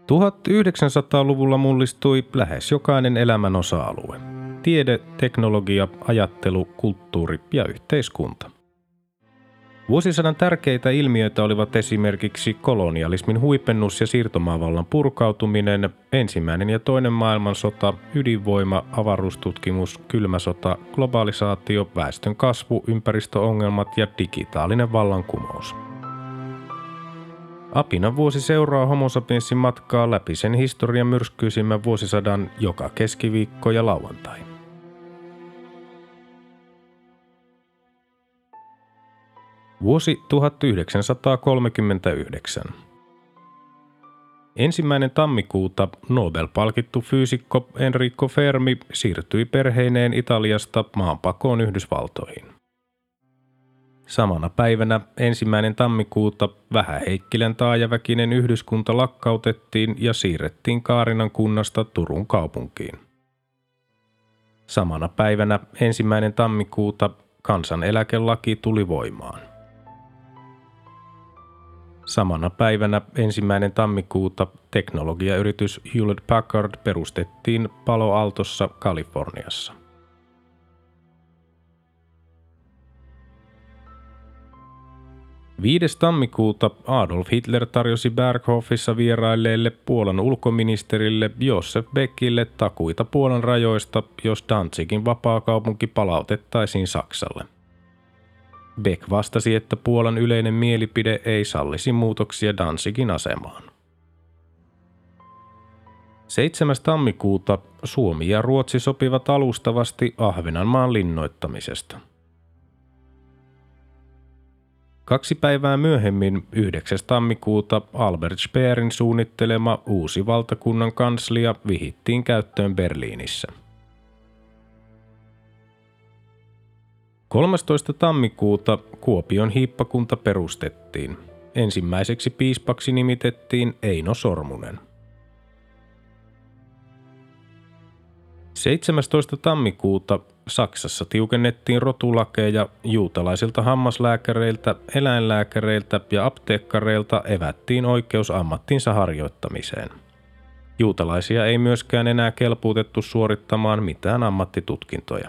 1900-luvulla mullistui lähes jokainen elämän osa-alue. Tiede, teknologia, ajattelu, kulttuuri ja yhteiskunta. Vuosisadan tärkeitä ilmiöitä olivat esimerkiksi kolonialismin huipennus ja siirtomaavallan purkautuminen, ensimmäinen ja toinen maailmansota, ydinvoima, avaruustutkimus, kylmä sota, globalisaatio, väestön kasvu, ympäristöongelmat ja digitaalinen vallankumous. Apinan vuosi seuraa Homo sapiensin matkaa läpi sen historian myrskyisimmän vuosisadan joka keskiviikko ja lauantai. Vuosi 1939. 1. tammikuuta Nobel-palkittu fyysikko Enrico Fermi siirtyi perheineen Italiasta maanpakoon Yhdysvaltoihin. Samana päivänä 1. tammikuuta Vähäheikkilän taajaväkinen yhdyskunta lakkautettiin ja siirrettiin Kaarinan kunnasta Turun kaupunkiin. Samana päivänä 1. tammikuuta kansaneläkelaki tuli voimaan. Samana päivänä 1. tammikuuta teknologiayritys Hewlett-Packard perustettiin Palo Altossa, Kaliforniassa. Viides tammikuuta Adolf Hitler tarjosi Berghofissa vierailleelle Puolan ulkoministerille Josef Beckille takuita Puolan rajoista, jos Danzigin vapaakaupunki palautettaisiin Saksalle. Beck vastasi, että Puolan yleinen mielipide ei sallisi muutoksia Danzigin asemaan. 7. tammikuuta Suomi ja Ruotsi sopivat alustavasti Ahvenanmaan linnoittamisesta. 2 päivää myöhemmin, 9. tammikuuta, Albert Speerin suunnittelema uusi valtakunnan kanslia vihittiin käyttöön Berliinissä. 13. tammikuuta Kuopion hiippakunta perustettiin. Ensimmäiseksi piispaksi nimitettiin Eino Sormunen. 17. tammikuuta Saksassa tiukennettiin rotulakeja, juutalaisilta hammaslääkäreiltä, eläinlääkäreiltä ja apteekkareilta evättiin oikeus ammattinsa harjoittamiseen. Juutalaisia ei myöskään enää kelpuutettu suorittamaan mitään ammattitutkintoja.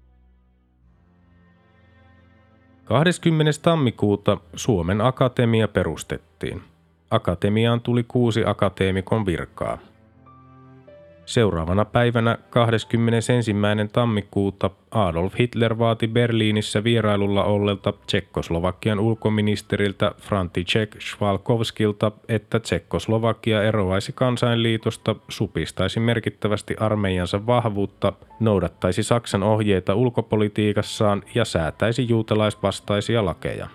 20. tammikuuta Suomen Akatemia perustettiin. Akatemiaan tuli 6 akateemikon virkaa. Seuraavana päivänä 21. tammikuuta Adolf Hitler vaati Berliinissä vierailulla olleelta Tšekkoslovakian ulkoministeriltä František Chvalkovskilta, että Tšekkoslovakia eroaisi kansainliitosta, supistaisi merkittävästi armeijansa vahvuutta, noudattaisi Saksan ohjeita ulkopolitiikassaan ja säätäisi juutalaisvastaisia lakeja.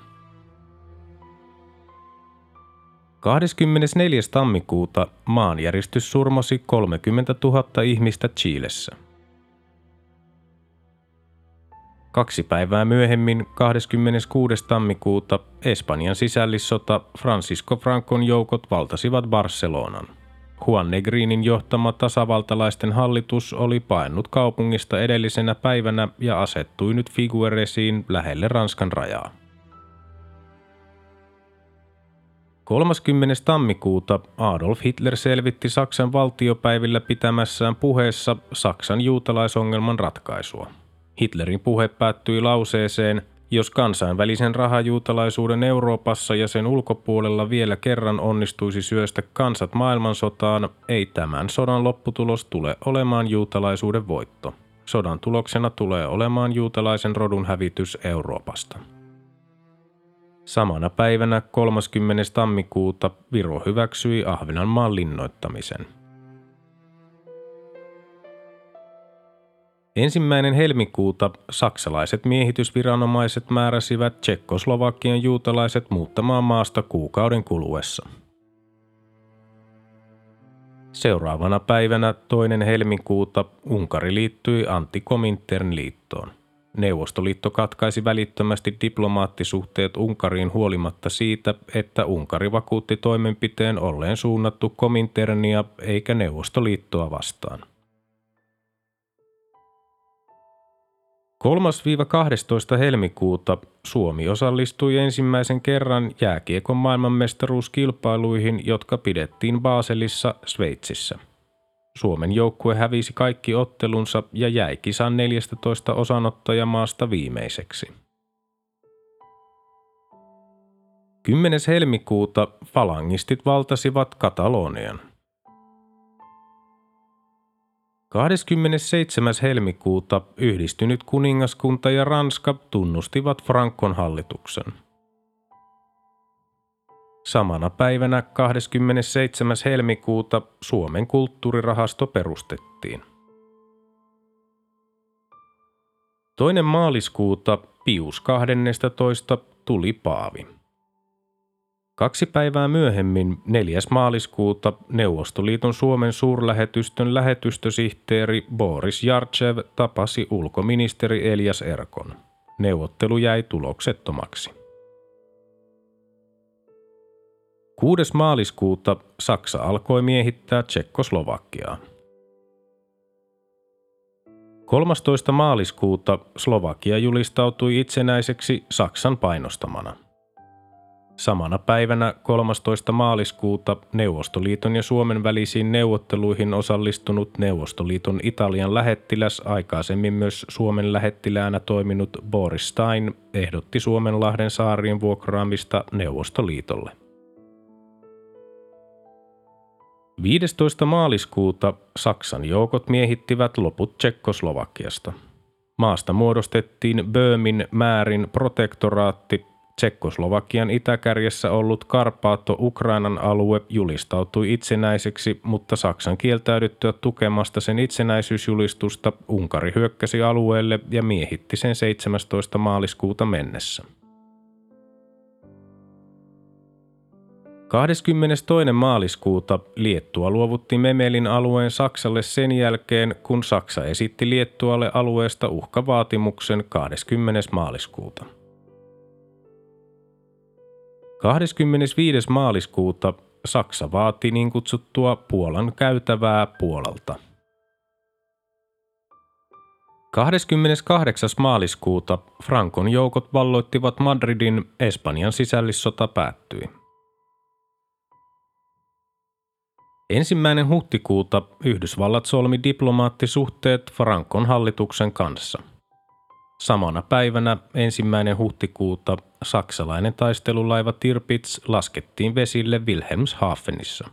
24. tammikuuta maanjäristys surmasi 30 000 ihmistä Chilessä. 2 päivää myöhemmin, 26. tammikuuta, Espanjan sisällissota Francisco Francon joukot valtasivat Barcelonan. Juan Negrinin johtama tasavaltalaisten hallitus oli paennut kaupungista edellisenä päivänä ja asettui nyt Figueresiin lähelle Ranskan rajaa. 30. tammikuuta Adolf Hitler selvitti Saksan valtiopäivillä pitämässään puheessa Saksan juutalaisongelman ratkaisua. Hitlerin puhe päättyi lauseeseen: jos kansainvälisen rahajuutalaisuuden Euroopassa ja sen ulkopuolella vielä kerran onnistuisi syöstä kansat maailmansotaan, ei tämän sodan lopputulos tule olemaan juutalaisuuden voitto. Sodan tuloksena tulee olemaan juutalaisen rodun hävitys Euroopasta. Samana päivänä 30. tammikuuta Viro hyväksyi Ahvenanmaan linnoittamisen. 1. helmikuuta saksalaiset miehitysviranomaiset määräsivät Tšekkoslovakian juutalaiset muuttamaan maasta kuukauden kuluessa. Seuraavana päivänä 2. helmikuuta Unkari liittyi Anti-Komintern-liittoon. Neuvostoliitto katkaisi välittömästi diplomaattisuhteet Unkariin huolimatta siitä, että Unkari vakuutti toimenpiteen olleen suunnattu Kominternia eikä Neuvostoliittoa vastaan. 3-12 helmikuuta Suomi osallistui ensimmäisen kerran jääkiekon maailmanmestaruuskilpailuihin, jotka pidettiin Baselissa, Sveitsissä. Suomen joukkue hävisi kaikki ottelunsa ja jäi kisan 14 osanottajamaasta viimeiseksi. 10. helmikuuta falangistit valtasivat Katalonian. 27. helmikuuta Yhdistynyt kuningaskunta ja Ranska tunnustivat Francon hallituksen. Samana päivänä 27. helmikuuta Suomen kulttuurirahasto perustettiin. 2. maaliskuuta Pius 12 tuli paavi. 2 päivää myöhemmin 4. maaliskuuta Neuvostoliiton Suomen suurlähetystön lähetystösihteeri Boris Jartsev tapasi ulkoministeri Elias Erkon. Neuvottelu jäi tuloksettomaksi. 6. maaliskuuta Saksa alkoi miehittää Tšekkoslovakiaa. 13. maaliskuuta Slovakia julistautui itsenäiseksi Saksan painostamana. Samana päivänä 13. maaliskuuta Neuvostoliiton ja Suomen välisiin neuvotteluihin osallistunut Neuvostoliiton Italian lähettiläs, aikaisemmin myös Suomen lähettiläänä toiminut Boris Stein, ehdotti Suomenlahden saarien vuokraamista Neuvostoliitolle. 15. maaliskuuta Saksan joukot miehittivät loput Tšekkoslovakiasta. Maasta muodostettiin Böömin Määrin protektoraatti. Tšekkoslovakian itäkärjessä ollut Karpaato-Ukrainan alue julistautui itsenäiseksi, mutta Saksan kieltäydyttyä tukemasta sen itsenäisyysjulistusta Unkari hyökkäsi alueelle ja miehitti sen 17. maaliskuuta mennessä. 22. maaliskuuta Liettua luovutti Memelin alueen Saksalle sen jälkeen, kun Saksa esitti Liettualle alueesta uhkavaatimuksen 20. maaliskuuta. 25. maaliskuuta Saksa vaati niin kutsuttua Puolan käytävää Puolalta. 28. maaliskuuta Francon joukot valloittivat Madridin, Espanjan sisällissota päättyi. 1. huhtikuuta Yhdysvallat solmi diplomaattisuhteet Francon hallituksen kanssa. Samana päivänä 1. huhtikuuta saksalainen taistelulaiva Tirpitz laskettiin vesille Wilhelmshavenissa.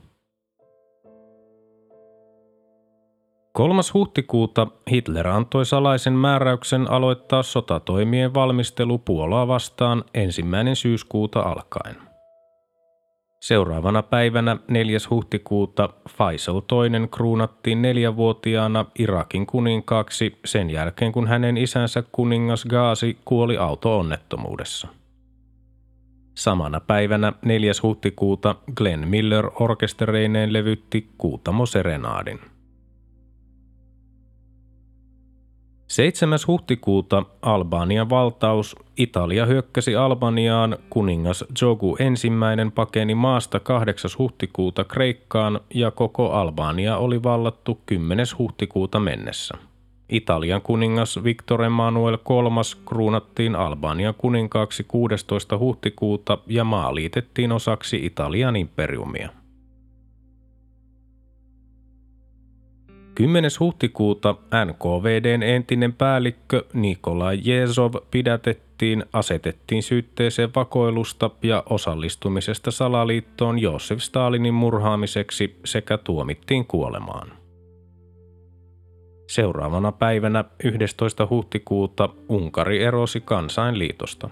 3. huhtikuuta Hitler antoi salaisen määräyksen aloittaa sotatoimien valmistelu Puolaa vastaan 1. syyskuuta alkaen. Seuraavana päivänä 4. huhtikuuta Faisal II kruunattiin 4-vuotiaana Irakin kuninkaaksi sen jälkeen, kun hänen isänsä kuningas Ghazi kuoli auto-onnettomuudessa. Samana päivänä 4. huhtikuuta Glenn Miller orkestereineen levytti Kuutamo Serenaadin. 7. huhtikuuta Albanian valtaus. Italia hyökkäsi Albaniaan, kuningas Jogu I pakeni maasta 8. huhtikuuta Kreikkaan ja koko Albania oli vallattu 10. huhtikuuta mennessä. Italian kuningas Victor Emmanuel III kruunattiin Albanian kuninkaaksi 16. huhtikuuta ja maa liitettiin osaksi Italian imperiumia. 10. huhtikuuta NKVD:n entinen päällikkö Nikolai Jezov pidätettiin, asetettiin syytteeseen vakoilusta ja osallistumisesta salaliittoon Joosef Stalinin murhaamiseksi sekä tuomittiin kuolemaan. Seuraavana päivänä 11. huhtikuuta Unkari erosi kansainliitosta.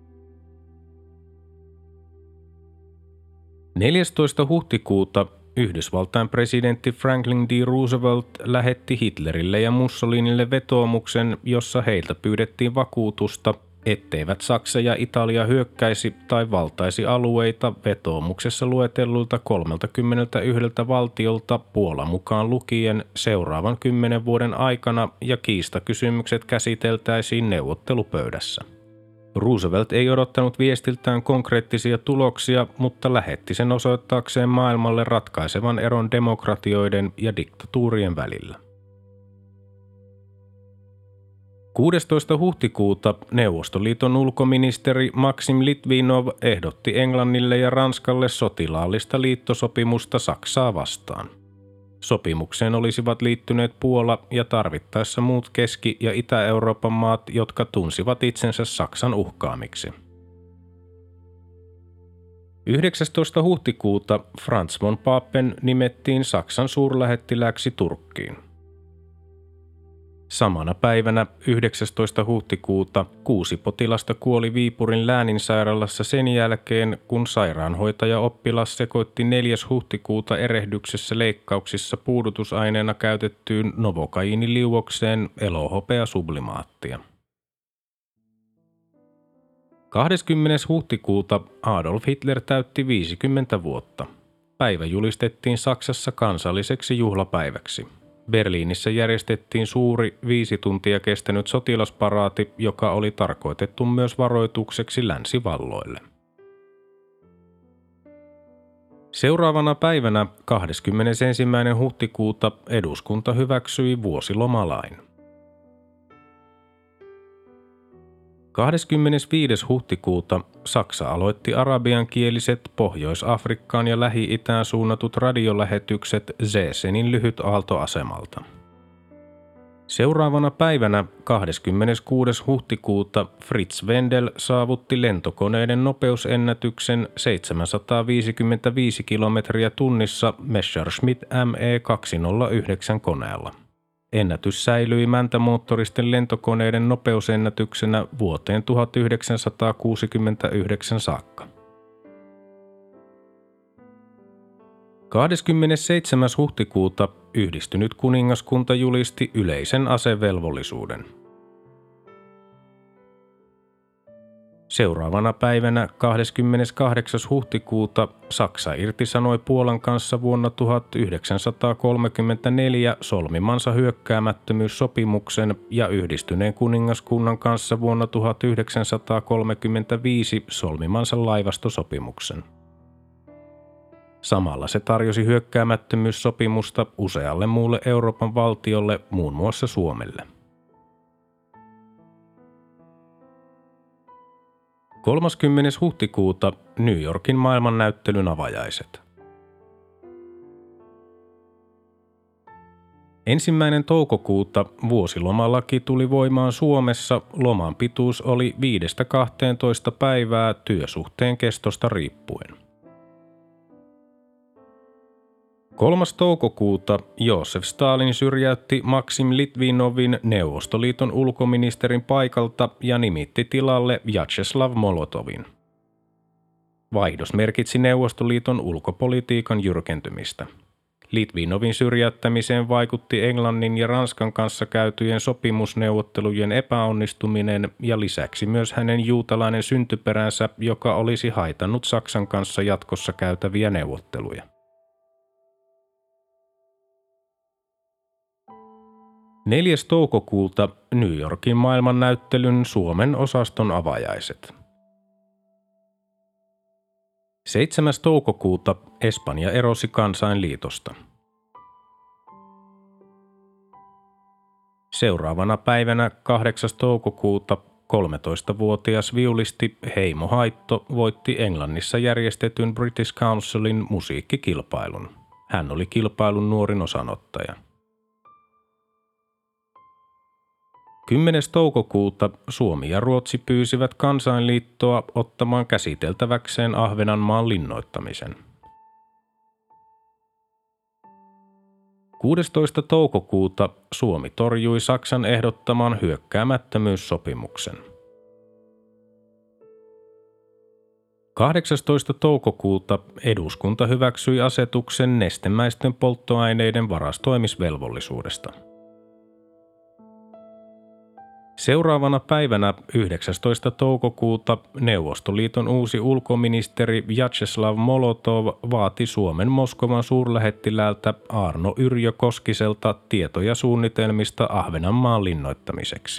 14. huhtikuuta Yhdysvaltain presidentti Franklin D. Roosevelt lähetti Hitlerille ja Mussolinille vetoomuksen, jossa heiltä pyydettiin vakuutusta, etteivät Saksa ja Italia hyökkäisi tai valtaisi alueita vetoomuksessa luetelluilta 31 valtiolta Puola mukaan lukien seuraavan 10 vuoden aikana ja kiistakysymykset käsiteltäisiin neuvottelupöydässä. Roosevelt ei odottanut viestiltään konkreettisia tuloksia, mutta lähetti sen osoittaakseen maailmalle ratkaisevan eron demokratioiden ja diktatuurien välillä. 16. huhtikuuta Neuvostoliiton ulkoministeri Maksim Litvinov ehdotti Englannille ja Ranskalle sotilaallista liittosopimusta Saksaa vastaan. Sopimukseen olisivat liittyneet Puola ja tarvittaessa muut Keski- ja Itä-Euroopan maat, jotka tunsivat itsensä Saksan uhkaamiksi. 19. huhtikuuta Franz von Papen nimettiin Saksan suurlähettilääksi Turkkiin. Samana päivänä 19. huhtikuuta 6 potilasta kuoli Viipurin lääninsairaalassa sen jälkeen, kun sairaanhoitaja-oppilas sekoitti 4. huhtikuuta erehdyksessä leikkauksissa puudutusaineena käytettyyn novokaiiniliuokseen elohopeasublimaattia. 20. huhtikuuta Adolf Hitler täytti 50 vuotta. Päivä julistettiin Saksassa kansalliseksi juhlapäiväksi. Berliinissä järjestettiin suuri 5 tuntia kestänyt sotilasparaati, joka oli tarkoitettu myös varoitukseksi länsivalloille. Seuraavana päivänä 21. huhtikuuta eduskunta hyväksyi vuosilomalain. 25. huhtikuuta Saksa aloitti arabiankieliset Pohjois-Afrikkaan ja Lähi-Itään suunnatut radiolähetykset Zeesenin lyhytaaltoasemalta. Seuraavana päivänä 26. huhtikuuta Fritz Wendel saavutti lentokoneiden nopeusennätyksen 755 kilometriä tunnissa Messerschmitt Me-209 koneella. Ennätys säilyi mäntämoottoristen lentokoneiden nopeusennätyksenä vuoteen 1969 saakka. 27. huhtikuuta Yhdistynyt kuningaskunta julisti yleisen asevelvollisuuden. Seuraavana päivänä 28. huhtikuuta Saksa irtisanoi Puolan kanssa vuonna 1934 solmimansa hyökkäämättömyyssopimuksen ja Yhdistyneen kuningaskunnan kanssa vuonna 1935 solmimansa laivastosopimuksen. Samalla se tarjosi hyökkäämättömyyssopimusta usealle muulle Euroopan valtiolle, muun muassa Suomelle. 30. huhtikuuta New Yorkin maailmannäyttelyn avajaiset. 1. toukokuuta vuosilomalaki tuli voimaan Suomessa. Loman pituus oli 5–12 päivää työsuhteen kestosta riippuen. 3. toukokuuta Joosef Stalin syrjäytti Maksim Litvinovin Neuvostoliiton ulkoministerin paikalta ja nimitti tilalle Vjačeslav Molotovin. Vaihdos merkitsi Neuvostoliiton ulkopolitiikan jyrkentymistä. Litvinovin syrjäyttämiseen vaikutti Englannin ja Ranskan kanssa käytyjen sopimusneuvottelujen epäonnistuminen ja lisäksi myös hänen juutalainen syntyperänsä, joka olisi haitannut Saksan kanssa jatkossa käytäviä neuvotteluja. 4. toukokuuta New Yorkin maailmannäyttelyn Suomen osaston avajaiset. 7. toukokuuta Espanja erosi kansainliitosta. Seuraavana päivänä 8. toukokuuta 13-vuotias viulisti Heimo Haitto voitti Englannissa järjestetyn British Councilin musiikkikilpailun. Hän oli kilpailun nuorin osanottaja. 10. toukokuuta Suomi ja Ruotsi pyysivät kansainliittoa ottamaan käsiteltäväkseen Ahvenanmaan linnoittamisen. 16. toukokuuta Suomi torjui Saksan ehdottaman hyökkäämättömyyssopimuksen. 18. toukokuuta eduskunta hyväksyi asetuksen nestemäisten polttoaineiden varastoimisvelvollisuudesta. Seuraavana päivänä 19. toukokuuta Neuvostoliiton uusi ulkoministeri Vjačeslav Molotov vaati Suomen Moskovan suurlähettiläältä Arno Yrjö Koskiselta tietoja suunnitelmista Ahvenanmaan linnoittamiseksi.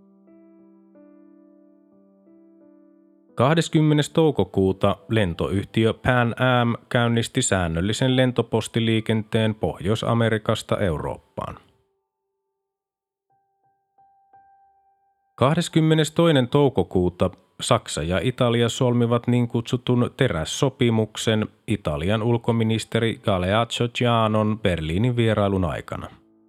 20. toukokuuta lentoyhtiö Pan Am käynnisti säännöllisen lentopostiliikenteen Pohjois-Amerikasta Eurooppaan. 22. toukokuuta Saksa ja Italia solmivat niin kutsutun terässopimuksen Italian ulkoministeri Galeazzo Gianon Berliinin vierailun aikana.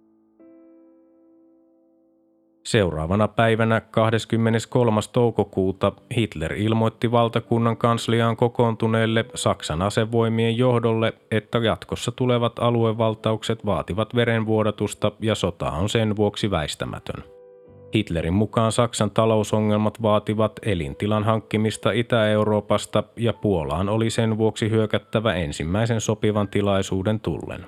Seuraavana päivänä 23. toukokuuta Hitler ilmoitti valtakunnan kansliaan kokoontuneelle Saksan asevoimien johdolle, että jatkossa tulevat aluevaltaukset vaativat verenvuodatusta ja sota on sen vuoksi väistämätön. Hitlerin mukaan Saksan talousongelmat vaativat elintilan hankkimista Itä-Euroopasta ja Puolaan oli sen vuoksi hyökättävä ensimmäisen sopivan tilaisuuden tullen.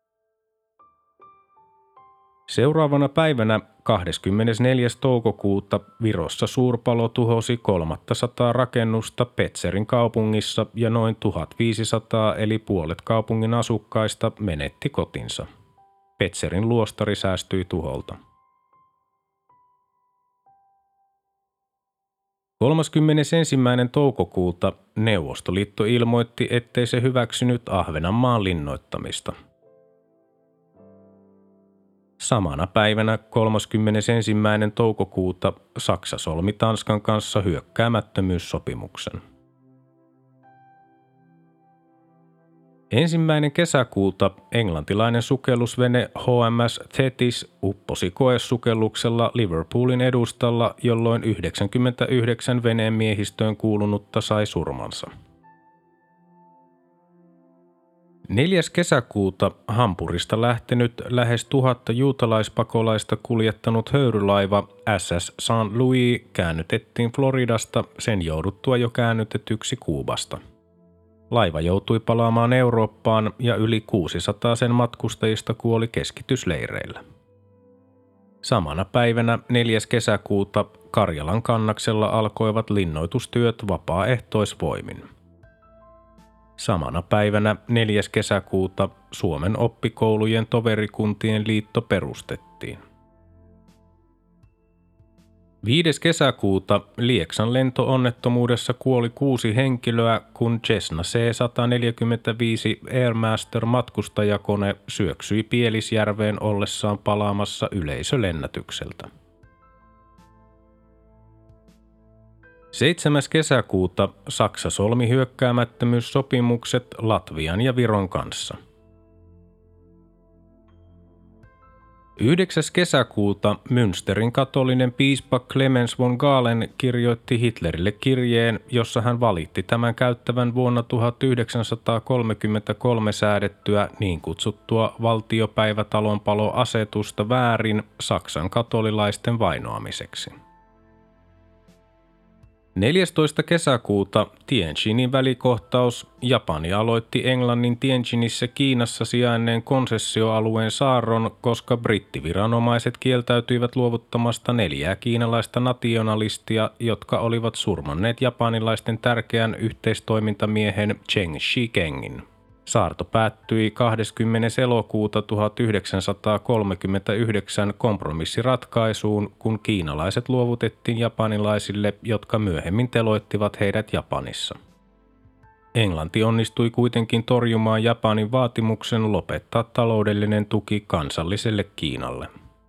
Seuraavana päivänä 24. toukokuuta Virossa suurpalo tuhosi 300 rakennusta Petzerin kaupungissa ja noin 1500 eli puolet kaupungin asukkaista menetti kotinsa. Petzerin luostari säästyi tuholta. 31. toukokuuta Neuvostoliitto ilmoitti, ettei se hyväksynyt Ahvenanmaan linnoittamista. Samana päivänä 31. toukokuuta Saksa solmi Tanskan kanssa hyökkäämättömyyssopimuksen. 1. kesäkuuta englantilainen sukellusvene HMS Thetis upposi koesukelluksella Liverpoolin edustalla, jolloin 99 veneen miehistöön kuulunutta sai surmansa. 4. kesäkuuta Hampurista lähtenyt lähes 1000 juutalaispakolaista kuljettanut höyrylaiva SS St. Louis käännytettiin Floridasta sen jouduttua jo käännytetyksi Kuubasta. Laiva joutui palaamaan Eurooppaan ja yli 600 sen matkustajista kuoli keskitysleireillä. Samana päivänä 4. kesäkuuta Karjalan kannaksella alkoivat linnoitustyöt vapaaehtoisvoimin. Samana päivänä 4. kesäkuuta Suomen oppikoulujen toverikuntien liitto perustettiin. 5. kesäkuuta Lieksan lento-onnettomuudessa kuoli 6 henkilöä, kun Cessna C-145 Airmaster matkustajakone syöksyi Pielisjärveen ollessaan palaamassa yleisölennätykseltä. 7. kesäkuuta Saksa solmi hyökkäämättömyyssopimukset Latvian ja Viron kanssa. 9. kesäkuuta Münsterin katolinen piispa Clemens von Galen kirjoitti Hitlerille kirjeen, jossa hän valitti tämän käyttävän vuonna 1933 säädettyä niin kutsuttua valtiopäivätalonpaloasetusta väärin Saksan katolilaisten vainoamiseksi. 14. kesäkuuta Tianjinin välikohtaus. Japani aloitti Englannin Tianjinissä Kiinassa sijainneen konsessioalueen saarron, koska brittiviranomaiset kieltäytyivät luovuttamasta 4 kiinalaista nationalistia, jotka olivat surmanneet japanilaisten tärkeän yhteistoimintamiehen Cheng Shikengin. Saarto päättyi 20. elokuuta 1939 kompromissiratkaisuun, kun kiinalaiset luovutettiin japanilaisille, jotka myöhemmin teloittivat heidät Japanissa. Englanti onnistui kuitenkin torjumaan Japanin vaatimuksen lopettaa taloudellinen tuki kansalliselle Kiinalle.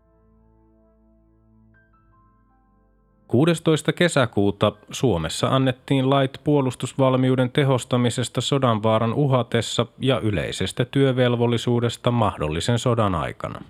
16. kesäkuuta Suomessa annettiin lait puolustusvalmiuden tehostamisesta sodanvaaran uhatessa ja yleisestä työvelvollisuudesta mahdollisen sodan aikana.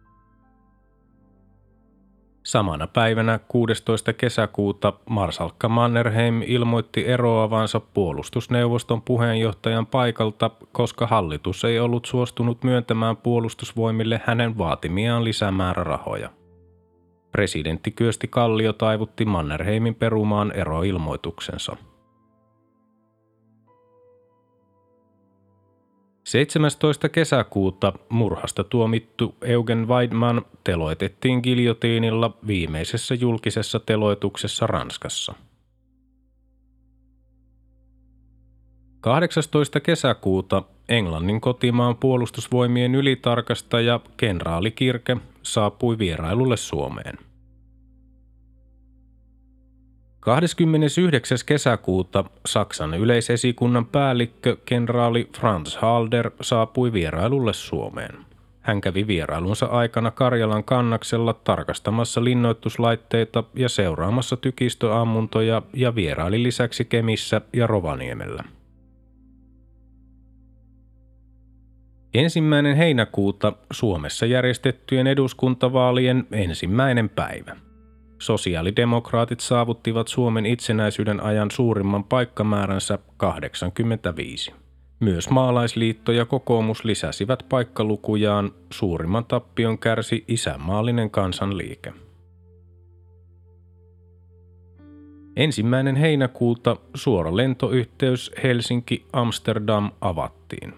Samana päivänä 16. kesäkuuta marsalkka Mannerheim ilmoitti eroavansa puolustusneuvoston puheenjohtajan paikalta, koska hallitus ei ollut suostunut myöntämään puolustusvoimille hänen vaatimiaan lisämäärärahoja. Presidentti Kyösti Kallio taivutti Mannerheimin perumaan eroilmoituksensa. 17. kesäkuuta murhasta tuomittu Eugen Weidmann teloitettiin giljotiinilla viimeisessä julkisessa teloituksessa Ranskassa. 18. kesäkuuta Englannin kotimaan puolustusvoimien ylitarkastaja kenraali Kirke saapui vierailulle Suomeen. 29. kesäkuuta Saksan yleisesikunnan päällikkö kenraali Franz Halder saapui vierailulle Suomeen. Hän kävi vierailunsa aikana Karjalan kannaksella tarkastamassa linnoituslaitteita ja seuraamassa tykistöammuntoja ja vieraili lisäksi Kemissä ja Rovaniemellä. 1. heinäkuuta Suomessa järjestettyjen eduskuntavaalien ensimmäinen päivä. Sosiaalidemokraatit saavuttivat Suomen itsenäisyyden ajan suurimman paikkamääränsä 85. Myös Maalaisliitto ja kokoomus lisäsivät paikkalukujaan, suurimman tappion kärsi Isänmaallinen kansanliike. 1. heinäkuuta suora lentoyhteys Helsinki-Amsterdam avattiin.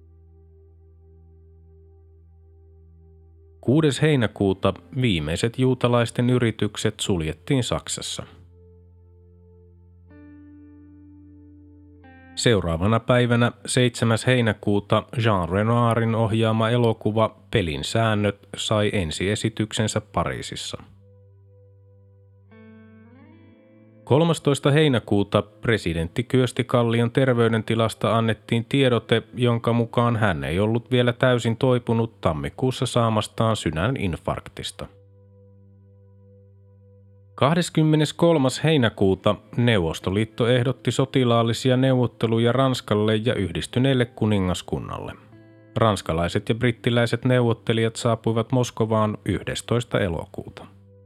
6. heinäkuuta viimeiset juutalaisten yritykset suljettiin Saksassa. Seuraavana päivänä 7. heinäkuuta Jean Renoirin ohjaama elokuva Pelin säännöt sai ensiesityksensä Pariisissa. 13. heinäkuuta presidentti Kyösti Kallion terveydentilasta annettiin tiedote, jonka mukaan hän ei ollut vielä täysin toipunut tammikuussa saamastaan sydäninfarktista. 23. heinäkuuta Neuvostoliitto ehdotti sotilaallisia neuvotteluja Ranskalle ja Yhdistyneelle kuningaskunnalle. Ranskalaiset ja brittiläiset neuvottelijat saapuivat Moskovaan 11. elokuuta.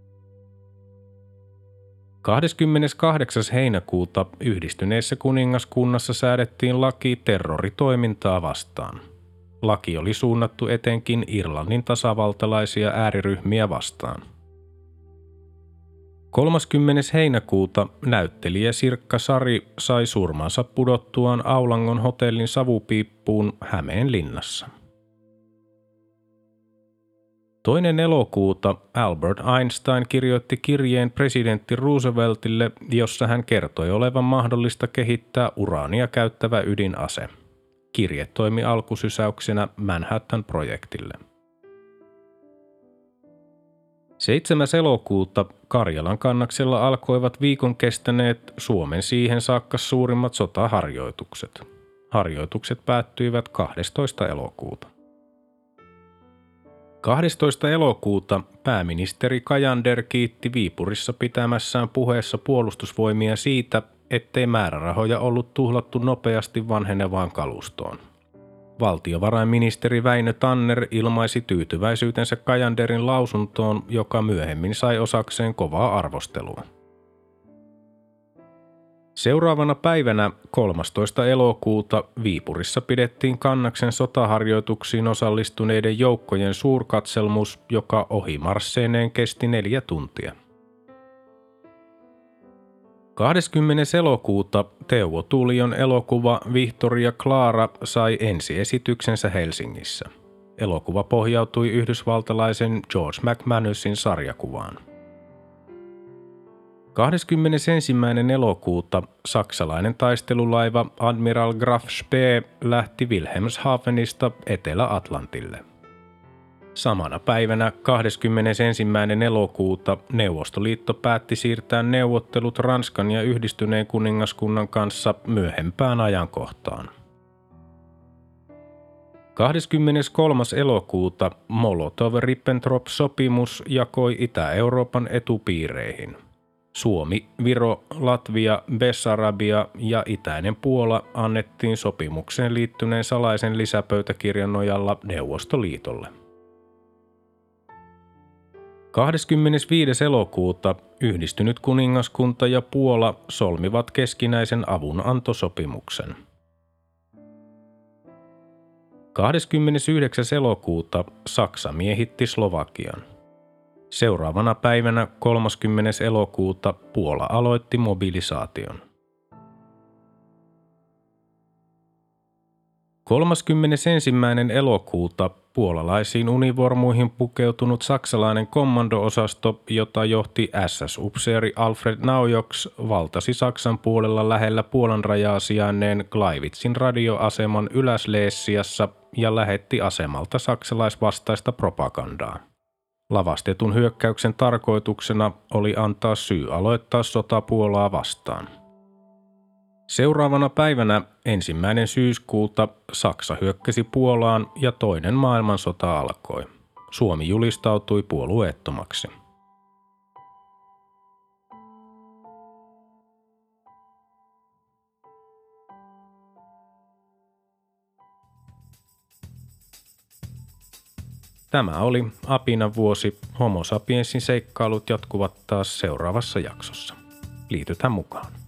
28. heinäkuuta Yhdistyneessä kuningaskunnassa säädettiin laki terroritoimintaa vastaan. Laki oli suunnattu etenkin Irlannin tasavaltalaisia ääriryhmiä vastaan. 30. heinäkuuta näyttelijä Sirkka Sari sai surmansa pudottuaan Aulangon hotellin savupiippuun Hämeenlinnassa. 2. elokuuta Albert Einstein kirjoitti kirjeen presidentti Rooseveltille, jossa hän kertoi olevan mahdollista kehittää uraania käyttävä ydinase. Kirje toimi alkusysäyksenä Manhattan-projektille. 7. elokuuta Karjalan kannaksella alkoivat viikon kestäneet Suomen siihen saakka suurimmat sotaharjoitukset. Harjoitukset päättyivät 12. elokuuta. 12. elokuuta pääministeri Cajander kiitti Viipurissa pitämässään puheessa puolustusvoimia siitä, ettei määrärahoja ollut tuhlattu nopeasti vanhenevaan kalustoon. Valtiovarainministeri Väinö Tanner ilmaisi tyytyväisyytensä Cajanderin lausuntoon, joka myöhemmin sai osakseen kovaa arvostelua. Seuraavana päivänä 13. elokuuta Viipurissa pidettiin Kannaksen sotaharjoituksiin osallistuneiden joukkojen suurkatselmus, joka ohimarsseineen kesti 4 tuntia. 20. elokuuta Teuvo Tulion elokuva Victoria Clara sai ensiesityksensä Helsingissä. Elokuva pohjautui yhdysvaltalaisen George McManusin sarjakuvaan. 21. elokuuta saksalainen taistelulaiva Admiral Graf Spee lähti Wilhelmshavenista Etelä-Atlantille. Samana päivänä 21. elokuuta Neuvostoliitto päätti siirtää neuvottelut Ranskan ja Yhdistyneen kuningaskunnan kanssa myöhempään ajankohtaan. 23. elokuuta Molotov-Ribbentrop-sopimus jakoi Itä-Euroopan etupiireihin. Suomi, Viro, Latvia, Bessarabia ja Itäinen Puola annettiin sopimukseen liittyneen salaisen lisäpöytäkirjan nojalla Neuvostoliitolle. 25. elokuuta Yhdistynyt kuningaskunta ja Puola solmivat keskinäisen avunantosopimuksen. 29. elokuuta Saksa miehitti Slovakian. Seuraavana päivänä 30. elokuuta Puola aloitti mobilisaation. 31. elokuuta puolalaisiin univormuihin pukeutunut saksalainen kommando-osasto, jota johti SS-upseeri Alfred Naujoks, valtasi Saksan puolella lähellä Puolan rajaa sijainneen Gleiwitzin radioaseman Ylä-Schlesiassa ja lähetti asemalta saksalaisvastaista propagandaa. Lavastetun hyökkäyksen tarkoituksena oli antaa syy aloittaa sota Puolaa vastaan. Seuraavana päivänä 1. syyskuuta Saksa hyökkäsi Puolaan ja toinen maailmansota alkoi. Suomi julistautui puolueettomaksi. Tämä oli Apinan vuosi. Homo sapiensin seikkailut jatkuvat taas seuraavassa jaksossa. Liitytään mukaan.